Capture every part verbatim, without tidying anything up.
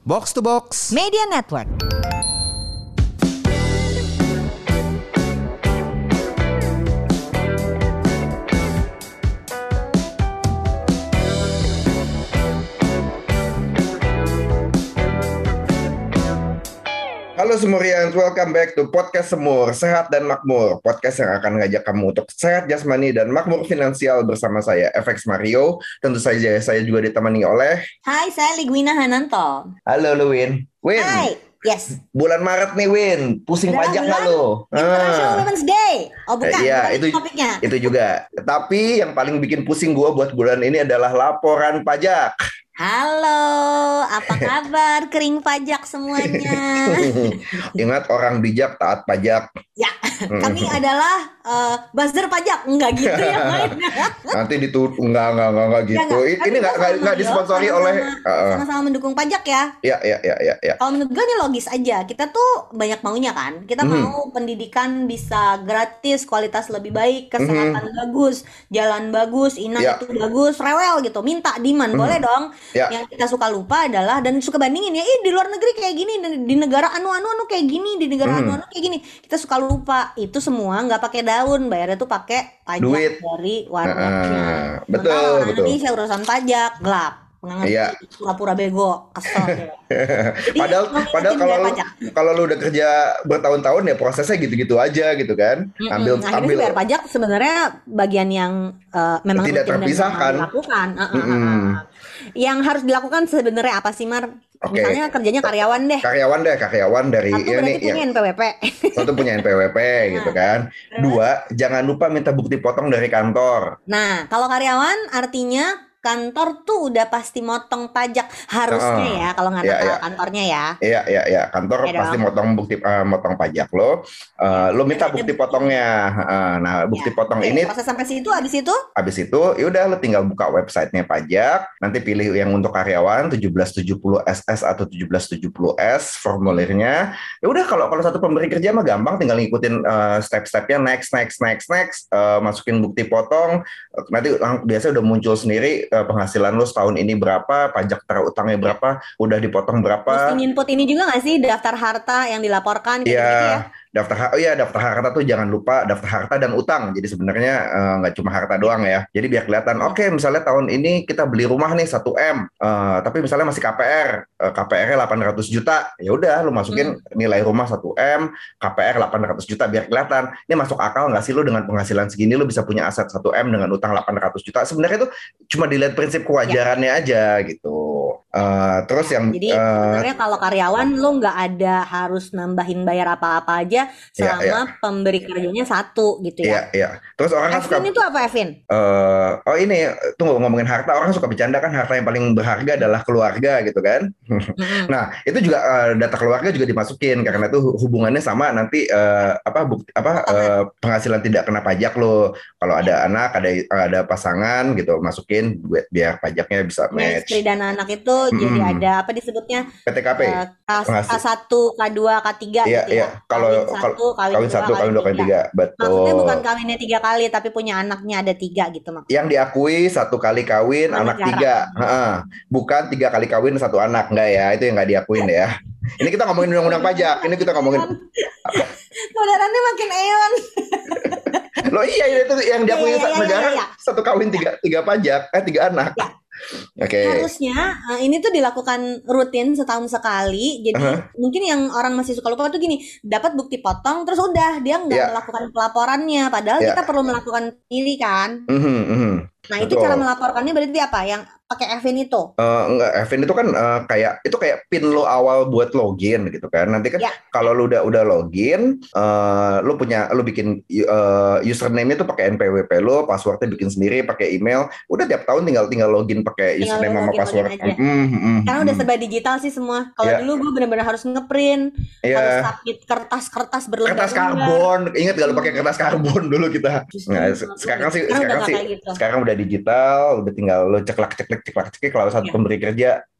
Box to Box Media Network. Halo Semurians, welcome back to Podcast Semur, Sehat dan Makmur. Podcast yang akan mengajak kamu untuk sehat jasmani dan makmur finansial bersama saya, F X Mario. Tentu saja saya juga ditemani oleh... Hai, saya Ligwina Hananto. Halo lu Win. Win. Hai, yes. Bulan Maret nih Win, pusing Udah pajak bulan nggak lo? International Ah. Women's Day. Oh bukan, Iya, bukan itu topiknya. itu juga. Tapi yang paling bikin pusing gue buat bulan ini adalah laporan pajak. Halo, apa kabar kering pajak semuanya? Ingat, orang bijak taat pajak. Ya, kami adalah uh, buzzer pajak, enggak gitu ya mainnya. Nanti ditutup enggak enggak enggak, enggak gitu. Ya, enggak. Ini Tapi enggak kita enggak sama enggak loh, disponsori sama-sama- oleh uh, sama-sama mendukung pajak ya. ya ya ya ya ya. Kalau menurut gue ini logis aja. Kita tuh banyak maunya kan. Kita Mhm. mau pendidikan bisa gratis, kualitas lebih baik, kesehatan bagus, jalan bagus, inang Ya. itu bagus, rewel gitu. Minta demand, boleh dong. Ya. Yang kita suka lupa adalah dan suka bandingin ya, ih di luar negeri kayak gini, di, di negara anu anu anu kayak gini, di negara anu anu kayak gini. Kita suka lupa. Itu semua nggak pakai daun, bayarnya tuh pakai pajak Duit. dari warganya. Nah, betul, Sementara orang betul. Indonesia urusan pajak gelap. Nggak ngerti, Iya. pura-pura bego, kesel. gitu. Jadi, Padahal mau padahal ingetin kalau bayar lu, pajak. kalau lu udah kerja bertahun-tahun ya prosesnya gitu-gitu aja gitu kan. Mm-mm. Ambil Akhirnya ambil sih bayar pajak sebenarnya bagian yang uh, memang Tidak rutin dan terpisahkan. memang dilakukan. Uh, uh, uh, Mm-mm. uh. Yang harus dilakukan sebenarnya apa sih, Mar? Oke. Misalnya kerjanya karyawan deh. karyawan deh, karyawan dari Satu ini berarti yang punya N P W P. satu punya N P W P gitu kan. Dua, jangan lupa minta bukti potong dari kantor. Nah, kalau karyawan artinya kantor tuh udah pasti motong pajak harusnya Ah, ya, kalau nggak iya, nakal iya. kantornya ya. Iya, iya, iya. Kantor Iya pasti dong. motong bukti eh, motong pajak lo. Eh, lo minta Dan ada bukti bukti. potongnya. Eh, nah, bukti Ya. potong Oke, ini proses sampai situ habis itu habis itu ya udah lo tinggal buka websitenya pajak, nanti pilih yang untuk karyawan tujuh belas tujuh puluh S S atau tujuh belas tujuh puluh S formulirnya. Ya udah, kalau kalau satu pemberi kerja mah gampang, tinggal ngikutin eh, step-stepnya, next next next next, eh, masukin bukti potong. Eh, nanti lang- biasanya udah muncul sendiri eh, penghasilan lo setahun ini berapa, pajak terutangnya berapa, udah dipotong mesti berapa. input ini juga nggak sih daftar harta yang dilaporkan kayak gitu ya? Iya, daftar ha- oh iya daftar harta tuh jangan lupa daftar harta dan utang. Jadi sebenarnya eh, nggak cuma harta doang ya. Jadi biar kelihatan, oke misalnya tahun ini kita beli rumah nih satu M, eh, tapi misalnya masih K P R, eh, K P R-nya delapan ratus juta. Ya udah lu masukin nilai rumah satu M, K P R delapan ratus juta, biar kelihatan ini masuk akal nggak sih lu dengan penghasilan segini lu bisa punya aset satu M dengan utang delapan ratus juta. Sebenarnya itu cuma dilihat prinsip kewajarannya aja gitu. Eh, terus yang Jadi eh, sebenarnya kalau karyawan lu nggak ada harus nambahin bayar apa-apa aja Iya, selama pemberi kerjanya satu gitu iya ya. iya. Terus orang kan suka Evin itu apa Evin? eh oh ini, tunggu, ngomongin harta, orang suka bercanda kan harta yang paling berharga adalah keluarga gitu kan. Mm-mm. Nah, itu juga eh, data keluarga juga dimasukin karena itu hubungannya sama nanti eh, apa bukti apa eh, penghasilan tidak kena pajak lo. Kalau ada anak, ada ada pasangan gitu, masukin bi- biar pajaknya bisa Ya, match. istri dan anak itu jadi Mm-mm. ada apa disebutnya P T K P. eh, K, Penghasil. K satu, K dua, K tiga Iya, gitu iya. ya. Kalau Kawin kalau satu, kawin kawin dua, satu, kawin dua, kawin tiga. tiga, Maksudnya bukan betul. kawinnya tiga kali tapi punya anaknya ada tiga gitu maksudnya. Yang diakui satu kali kawin Sama anak negara. tiga. Heeh. Bukan tiga kali kawin satu anak, enggak ya, itu yang nggak diakuin ya. Ini kita ngomongin undang-undang pajak, ini kita ngomongin Saudaranya makin eon. loh, iya itu yang diakui Iya, iya, iya, negara iya, iya. satu kawin tiga tiga pajak, eh tiga anak. Ya. Oke. Harusnya eh, ini tuh dilakukan rutin setahun sekali. Jadi Aha. mungkin yang orang masih suka lupa tuh gini, dapat bukti potong terus udah dia nggak Ya. melakukan pelaporannya. Padahal Ya. kita perlu melakukan sendiri kan. Mhm, mhm. Nah itu Betul. cara melaporkannya berarti apa? Yang pakai Evin itu? Eh, enggak, Evin itu kan eh, kayak itu kayak pin lo awal buat login gitu kan. Nanti kan Ya. kalau lu udah udah login, eh lu punya lu bikin eh, username itu pakai N P W P lo, passwordnya bikin sendiri pakai email. Udah tiap tahun tinggal tinggal login pakai Tinggal username sama login-login password. aja. Mm, mm, mm, Karena udah mm. serba digital sih semua. Kalau Ya. dulu gue benar-benar harus ngeprint, Iya. harus submit kertas-kertas berlembar. Kertas karbon, ingat gak lu pakai kertas karbon dulu kita? Nah, se- sekarang sih, Sekarang udah sekarang nggak sih, kayak gitu. sekarang udah digital, udah tinggal lo ceklak ceklek ceklak ceklek. Kalau satu Iya. pemberi kerja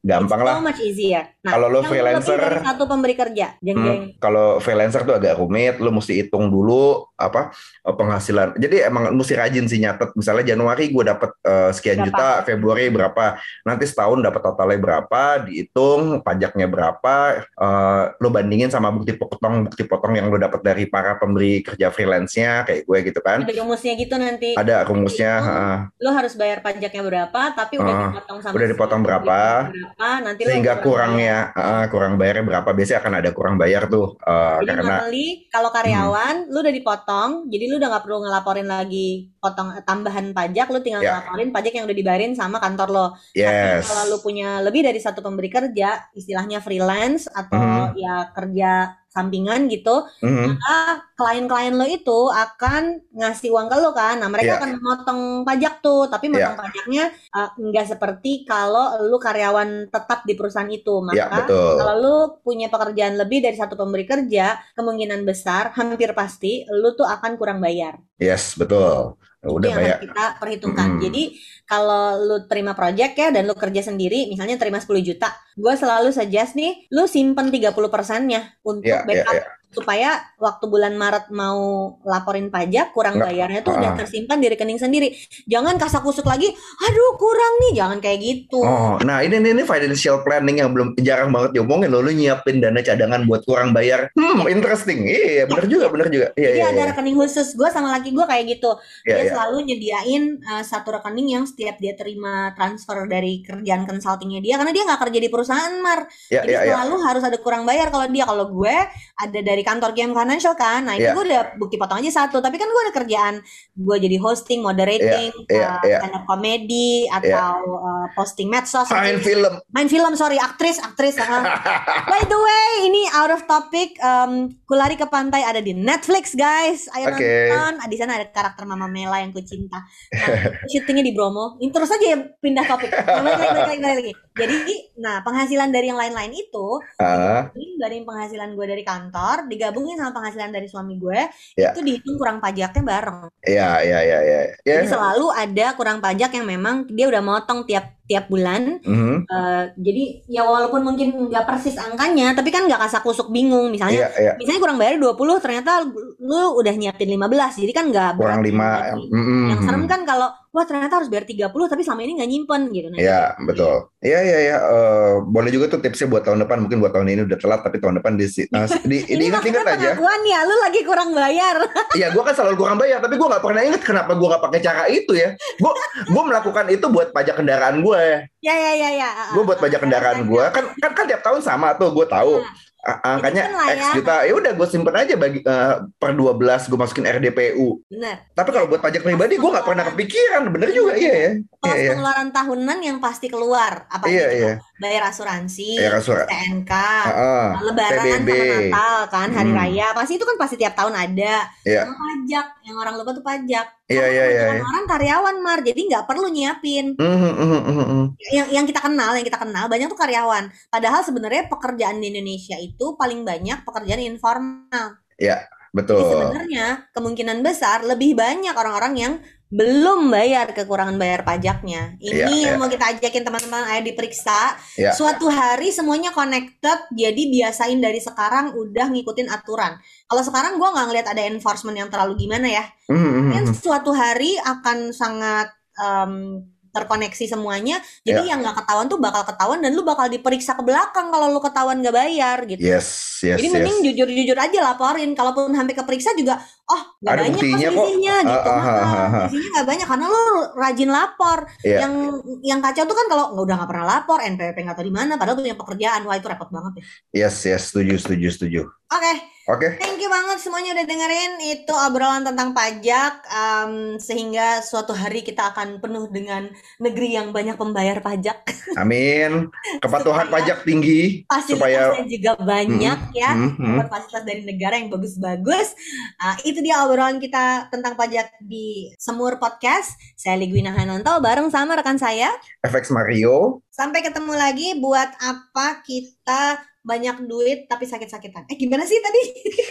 It's gampang lah. so much easier. Nah, Kalau lo yang lebih freelancer, dari satu pemberi kerja, jeng jeng. hmm, kalau freelancer tuh agak rumit, lo mesti hitung dulu apa eh, penghasilan. Jadi emang mesti rajin sih nyatet. Misalnya Januari gue dapat eh, sekian Berapa? juta, Februari berapa, nanti setahun dapat totalnya berapa, dihitung pajaknya berapa, eh, lo bandingin sama bukti potong bukti potong yang lo dapat dari para pemberi kerja freelance-nya kayak gue gitu kan. Ada rumusnya gitu nanti. Ada rumusnya. Itu, heeh. lo harus bayar pajaknya berapa, tapi udah Heeh. dipotong sama Udah si dipotong berapa, berapa, nanti lo sehingga kurang bayar. kurangnya eh, kurang bayarnya berapa, biasanya akan ada kurang bayar tuh eh, Jadi karena normally kalau hmm, karyawan lu udah dipotong, jadi lu udah nggak perlu ngelaporin lagi potong eh, tambahan pajak, lu tinggal ya ngelaporin pajak yang udah dibayarin sama kantor lo. Tapi kalau lu yes. punya lebih dari satu pemberi kerja, istilahnya freelance atau Mhm, ya kerja sampingan gitu, mhm. maka klien-klien lo itu akan ngasih uang ke lo kan. Nah, mereka Ya, akan memotong pajak tuh, tapi motong ya, pajaknya uh, nggak seperti kalau lu karyawan tetap di perusahaan itu. ya Maka kalau betul. lu punya pekerjaan lebih dari satu pemberi kerja, kemungkinan besar, hampir pasti, lu tuh akan kurang bayar. Yes, betul. Itu Udah yang harus banyak. kita perhitungkan. Mhm. Jadi kalau lu terima project ya dan lu kerja sendiri, misalnya terima sepuluh juta, gue selalu suggest nih, lu simpen tiga puluh persennya untuk Ya, ya, backup ya. supaya waktu bulan Maret mau laporin pajak, kurang Nggak, bayarnya tuh udah ah. tersimpan di rekening sendiri. Jangan kasak-kusuk lagi, aduh kurang nih, jangan kayak gitu. Oh, nah ini, ini ini financial planning yang belum jarang banget diomongin loh. Lu nyiapin dana cadangan buat kurang bayar. Hmm, Ya, interesting. Iya, ya, bener juga, ya. bener juga. Iya, Jadi iya, ada iya. rekening khusus. Gue sama laki gue kayak gitu. Iya, Dia iya. selalu nyediain uh, satu rekening yang setiap dia terima transfer dari kerjaan consultingnya dia, karena dia nggak kerja di perusahaan, Mar. Iya, Jadi iya, iya. selalu harus ada kurang bayar kalau dia. Kalau gue ada dari kantor G M Financial kan, nah itu Iya, gue udah bukti potong aja satu. Tapi kan gue ada kerjaan, gue jadi hosting, iya, moderating, iya, uh, iya, stand up comedy iya. atau uh, posting medsos, Main itu film. main film, sorry, aktris, aktris. uh. By the way, ini out of topic. Um, Kulari ke Pantai ada di Netflix, guys. Ayo Oke. nonton. Ah, di sana ada karakter Mama Mela yang kucinta. Nah, syutingnya di Bromo. Ini terus aja ya pindah topik. Nah, balik lagi, balik lagi, balik lagi. Jadi, nah penghasilan dari yang lain-lain itu Ah, digabungin dari penghasilan gue dari kantor, digabungin sama penghasilan dari suami gue, ya, itu dihitung kurang pajaknya bareng. ya, ya, ya, ya. Ya. Jadi selalu ada kurang pajak yang memang dia udah motong tiap tiap bulan. Mhm. Uh, jadi ya walaupun mungkin nggak persis angkanya, tapi kan nggak kasak-kusuk bingung. Misalnya, Iya, iya. misalnya kurang bayar dua puluh, ternyata lu udah nyiapin lima belas, jadi kan nggak berat Kurang lima. lagi. Mhm. Yang serem kan kalau wah ternyata harus bayar tiga puluh tapi selama ini nggak nyimpen gitu. Nah, Iya, itu. betul. Iya, iya, iya. Eh, boleh juga tuh tipsnya buat tahun depan. Mungkin buat tahun ini udah telat, tapi tahun depan di, uh, di, Ini diingat-ingat maksudnya aja. pengakuan ya, lu lagi kurang bayar. Iya, gue kan selalu kurang bayar, tapi gue nggak pernah ingat kenapa gue nggak pakai cara itu ya. Gue gue melakukan itu buat pajak kendaraan gue. Ya ya ya ya. Gue buat pajak kendaraan gue kan kan kan tiap tahun sama tuh, gue tahu. A- angkanya Simpen lah X ya. juta, ya udah gue simpen aja bagi eh, per dua belas gue masukin R D P U. Bener. Tapi kalau buat pajak pribadi gue nggak pernah kepikiran, bener juga, iya ya. Pos Iya, iya. pengeluaran tahunan yang pasti keluar, apa Iya, aja iya. coba? Bayar asuransi, Bayar asura- T N K, Heeh. Lebaran P B B. sama Natal kan, hari Hmm. raya, pasti itu kan pasti tiap tahun ada. Iya. Sama pajak, yang orang lupa tuh pajak. Iya, Karena iya, iya, kebanyakan iya. orang karyawan, Mar, jadi nggak perlu nyiapin. Mhm, mhm, mhm, mhm. Yang yang kita kenal, yang kita kenal banyak tuh karyawan. Padahal sebenarnya pekerjaan di Indonesia itu paling banyak pekerjaan informal. Iya, Jadi betul. sebenarnya kemungkinan besar lebih banyak orang-orang yang belum bayar kekurangan bayar pajaknya. Ini Iya, yang iya. mau kita ajakin teman-teman, ayo diperiksa. Iya. Suatu hari semuanya connected, jadi biasain dari sekarang udah ngikutin aturan. Kalau sekarang gue nggak ngeliat ada enforcement yang terlalu gimana ya. Mhm, mhm, Kan mhm. suatu hari akan sangat em, terkoneksi semuanya. Jadi Iya. yang nggak ketahuan tuh bakal ketahuan dan lu bakal diperiksa ke belakang kalau lu ketahuan nggak bayar gitu. Yes, yes, Jadi yes. mending jujur-jujur aja laporin. Kalaupun sampai keperiksa juga, oh nggak Ada banyak kok buktinya kok. selisihnya gitu. Ah, ah, ah, ah, ah. Selisihnya nggak banyak karena lu rajin lapor. Iya. Yang yang kacau tuh kan kalau nggak udah nggak pernah lapor, N P W P nggak tahu di mana, padahal punya pekerjaan. Wah itu repot banget ya. Yes, yes, setuju, setuju, setuju. Oke, Oke. thank you banget semuanya udah dengerin. Itu obrolan tentang pajak, em, sehingga suatu hari kita akan penuh dengan negeri yang banyak pembayar pajak. Amin. Kepatuhan Supaya pajak tinggi supaya fasilitasnya juga banyak Mhm, ya, mhm, mhm. dapat fasilitas dari negara yang bagus-bagus. Ah, itu dia obrolan kita tentang pajak di Semur Podcast. Saya Ligwina Hananto bareng sama rekan saya. F X Mario. Sampai ketemu lagi. Buat apa kita banyak duit tapi sakit-sakitan? Eh gimana sih tadi?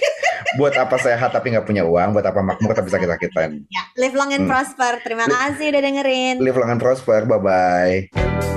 Buat apa sehat tapi nggak punya uang? Buat apa makmur tapi sakit-sakitan? Ya, live long and Hmm. prosper. Terima Li- kasih udah dengerin. Live long and prosper. Bye-bye.